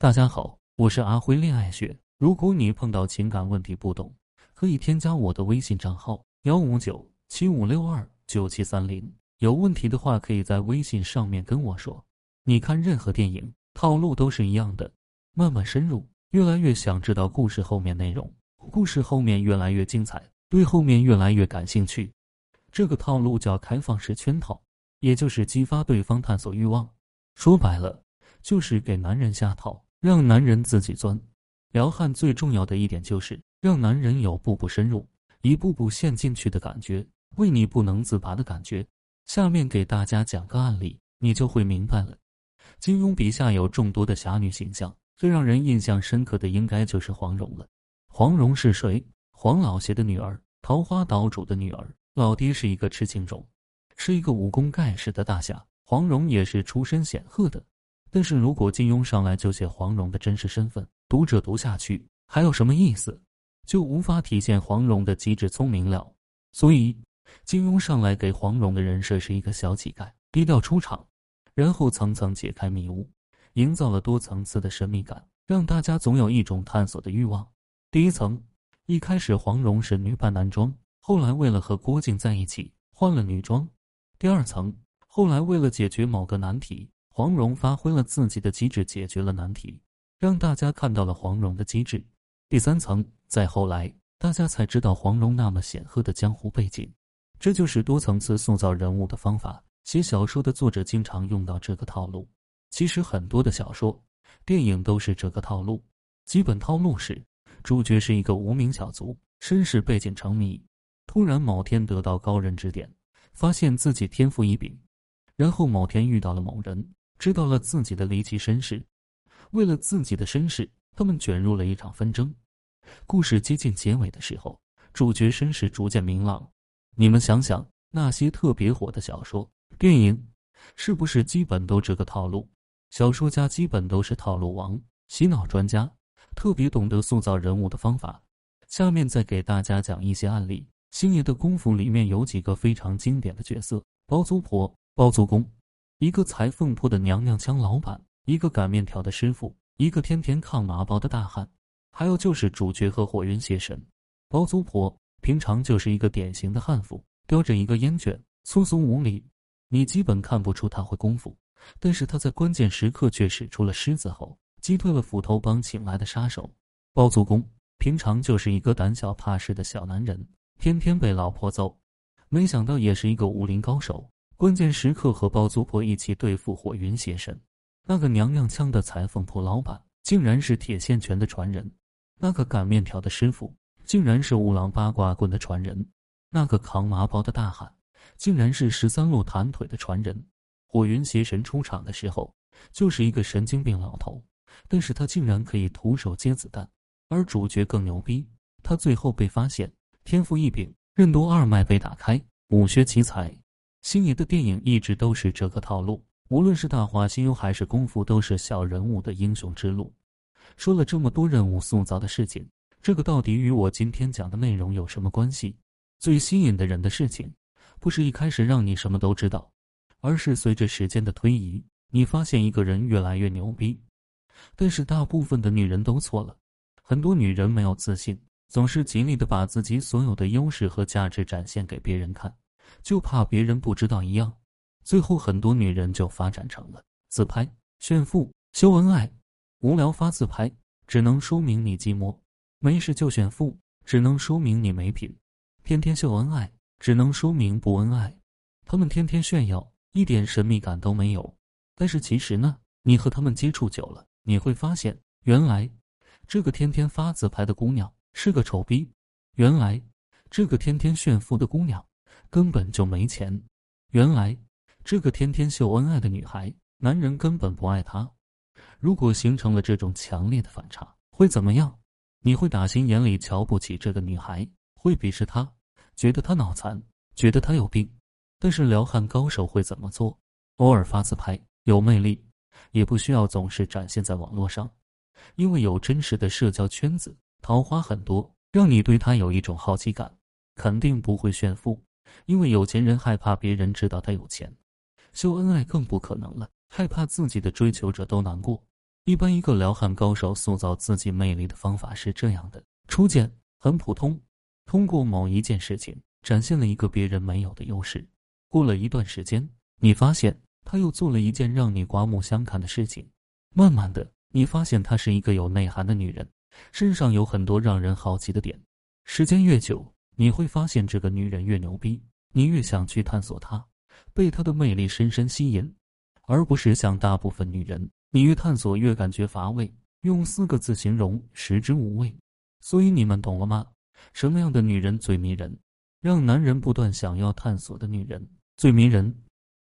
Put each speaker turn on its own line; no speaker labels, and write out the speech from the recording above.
大家好，我是阿辉恋爱学。如果你碰到情感问题不懂，可以添加我的微信账号15975629730。有问题的话，可以在微信上面跟我说。你看任何电影套路都是一样的，慢慢深入，越来越想知道故事后面内容，故事后面越来越精彩，对后面越来越感兴趣。这个套路叫开放式圈套，也就是激发对方探索欲望。说白了，就是给男人下套，让男人自己钻。撩汉最重要的一点就是让男人有步步深入，一步步陷进去的感觉，为你不能自拔的感觉。下面给大家讲个案例，你就会明白了。金庸笔下有众多的侠女形象，最让人印象深刻的应该就是黄蓉了。黄蓉是谁？黄老邪的女儿，桃花岛主的女儿，老爹是一个痴情种，是一个武功盖世的大侠。黄蓉也是出身显赫的，但是如果金庸上来就写黄蓉的真实身份，读者读下去还有什么意思？就无法体现黄蓉的机智聪明了。所以金庸上来给黄蓉的人设是一个小乞丐，低调出场，然后层层解开迷雾，营造了多层次的神秘感，让大家总有一种探索的欲望。第一层，一开始黄蓉是女扮男装，后来为了和郭靖在一起换了女装。第二层，后来为了解决某个难题，黄蓉发挥了自己的机智解决了难题，让大家看到了黄蓉的机智。第三层，再后来大家才知道黄蓉那么显赫的江湖背景。这就是多层次塑造人物的方法，写小说的作者经常用到这个套路。其实很多的小说、电影都是这个套路。基本套路是，主角是一个无名小卒，身世背景成谜，突然某天得到高人指点，发现自己天赋异禀，然后某天遇到了某人，知道了自己的离奇身世。为了自己的身世，他们卷入了一场纷争。故事接近结尾的时候，主角身世逐渐明朗。你们想想，那些特别火的小说、电影，是不是基本都这个套路？小说家基本都是套路王、洗脑专家，特别懂得塑造人物的方法。下面再给大家讲一些案例。星爷的功夫里面有几个非常经典的角色：包租婆、包租公，一个裁缝铺的娘娘腔老板，一个擀面条的师傅，一个天天抗麻包的大汉，还有就是主角和火云邪神。包租婆平常就是一个典型的悍妇，叼着一个烟卷，粗俗无礼，你基本看不出他会功夫，但是他在关键时刻却使出了狮子吼，击退了斧头帮请来的杀手。包租公平常就是一个胆小怕事的小男人，天天被老婆揍，没想到也是一个武林高手，关键时刻和包租婆一起对付火云邪神。那个娘娘腔的裁缝铺老板竟然是铁线拳的传人，那个擀面条的师傅竟然是五郎八卦棍的传人，那个扛麻包的大汉竟然是13路弹腿的传人。火云邪神出场的时候就是一个神经病老头，但是他竟然可以徒手接子弹。而主角更牛逼，他最后被发现天赋异禀，任督二脉被打开，五岳奇才。星爷的电影一直都是这个套路，无论是大话西游还是功夫，都是小人物的英雄之路。说了这么多人物塑造的事情，这个到底与我今天讲的内容有什么关系？最吸引的人的事情，不是一开始让你什么都知道，而是随着时间的推移，你发现一个人越来越牛逼。但是大部分的女人都错了，很多女人没有自信，总是极力的把自己所有的优势和价值展现给别人看，就怕别人不知道一样。最后很多女人就发展成了自拍、炫富、秀恩爱。无聊发自拍，只能说明你寂寞；没事就炫富，只能说明你没品；天天秀恩爱，只能说明不恩爱。他们天天炫耀，一点神秘感都没有。但是其实呢，你和他们接触久了，你会发现，原来这个天天发自拍的姑娘是个丑逼，原来这个天天炫富的姑娘根本就没钱，原来这个天天秀恩爱的女孩，男人根本不爱她。如果形成了这种强烈的反差，会怎么样？你会打心眼里瞧不起这个女孩，会鄙视她，觉得她脑残，觉得她有病。但是撩汉高手会怎么做？偶尔发自拍，有魅力，也不需要总是展现在网络上，因为有真实的社交圈子，桃花很多，让你对他有一种好奇感。肯定不会炫富，因为有钱人害怕别人知道他有钱。秀恩爱更不可能了，害怕自己的追求者都难过。 一般一个撩汉高手塑造自己魅力的方法是这样的：初见很普通，通过某一件事情展现了一个别人没有的优势。过了一段时间，你发现他又做了一件让你刮目相看的事情。慢慢的，你发现她是一个有内涵的女人，身上有很多让人好奇的点。时间越久，你会发现这个女人越牛逼，你越想去探索她，被她的魅力深深吸引，而不是像大部分女人，你越探索越感觉乏味，用4个字形容，食之无味。所以你们懂了吗？什么样的女人最迷人？让男人不断想要探索的女人最迷人。